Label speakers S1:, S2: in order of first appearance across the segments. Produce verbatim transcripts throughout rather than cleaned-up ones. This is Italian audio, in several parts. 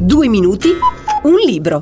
S1: Due minuti, un libro.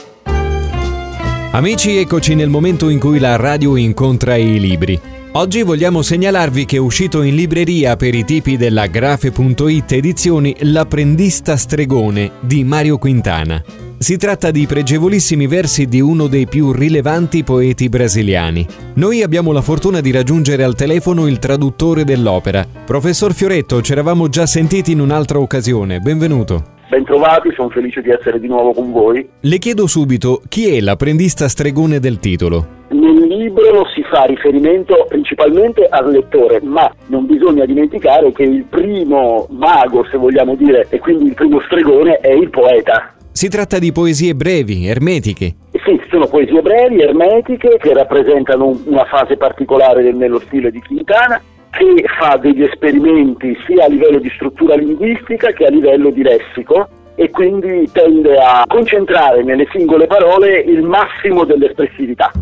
S2: Amici, eccoci nel momento in cui la radio incontra i libri. Oggi vogliamo segnalarvi che è uscito in libreria per i tipi della Grafe punto it edizioni L'apprendista stregone di Mario Quintana. Si tratta di pregevolissimi versi di uno dei più rilevanti poeti brasiliani. Noi abbiamo la fortuna di raggiungere al telefono il traduttore dell'opera. Professor Fioretto, ci eravamo già sentiti in un'altra occasione. Benvenuto.
S3: Bentrovati, sono felice di essere di nuovo con voi.
S2: Le chiedo subito, chi è l'apprendista stregone del titolo?
S3: Nel libro si fa riferimento principalmente al lettore, ma non bisogna dimenticare che il primo mago, se vogliamo dire, e quindi il primo stregone è il poeta.
S2: Si tratta di poesie brevi, ermetiche.
S3: Sì, sono poesie brevi, ermetiche, che rappresentano una fase particolare nello stile di Quintana, che fa degli esperimenti sia a livello di struttura linguistica che a livello di lessico e quindi tende a concentrare nelle singole parole il massimo dell'espressività.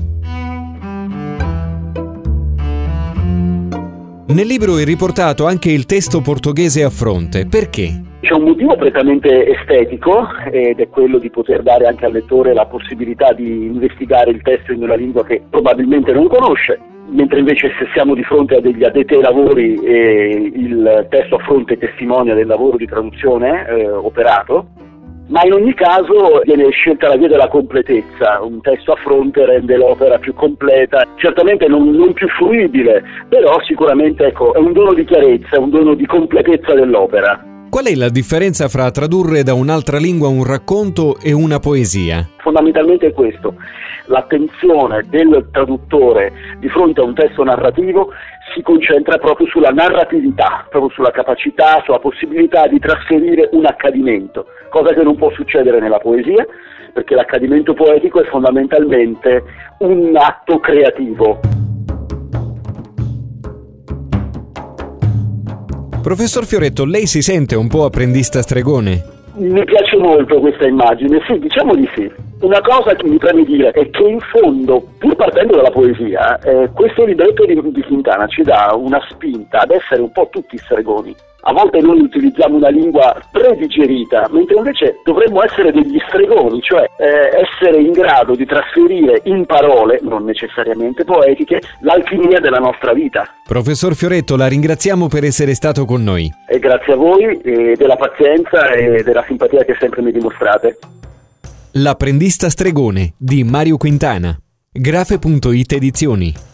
S2: Nel libro è riportato anche il testo portoghese a fronte. Perché?
S3: C'è un motivo prettamente estetico ed è quello di poter dare anche al lettore la possibilità di investigare il testo in una lingua che probabilmente non conosce, mentre invece se siamo di fronte a degli addetti ai lavori e il testo a fronte testimonia del lavoro di traduzione eh, operato. Ma in ogni caso viene scelta la via della completezza, un testo a fronte rende l'opera più completa, certamente non, non più fruibile, però sicuramente ecco, è un dono di chiarezza, è un dono di completezza dell'opera.
S2: Qual è la differenza fra tradurre da un'altra lingua un racconto e una poesia?
S3: Fondamentalmente è questo, l'attenzione del traduttore di fronte a un testo narrativo si concentra proprio sulla narratività, proprio sulla capacità, sulla possibilità di trasferire un accadimento, cosa che non può succedere nella poesia, perché l'accadimento poetico è fondamentalmente un atto creativo.
S2: Professor Fioretto, lei si sente un po' apprendista stregone?
S3: Mi piace molto questa immagine, sì, diciamo di sì. Una cosa che mi preme dire è che in fondo, pur partendo dalla poesia, eh, questo libretto di, di Quintana ci dà una spinta ad essere un po' tutti stregoni. A volte noi utilizziamo una lingua predigerita, mentre invece dovremmo essere degli stregoni, cioè eh, essere in grado di trasferire in parole, non necessariamente poetiche, l'alchimia della nostra vita.
S2: Professor Fioretto, la ringraziamo per essere stato con noi.
S3: E grazie a voi e della pazienza e della simpatia che sempre mi dimostrate.
S2: L'apprendista stregone di Mario Quintana. Grafe punto it edizioni.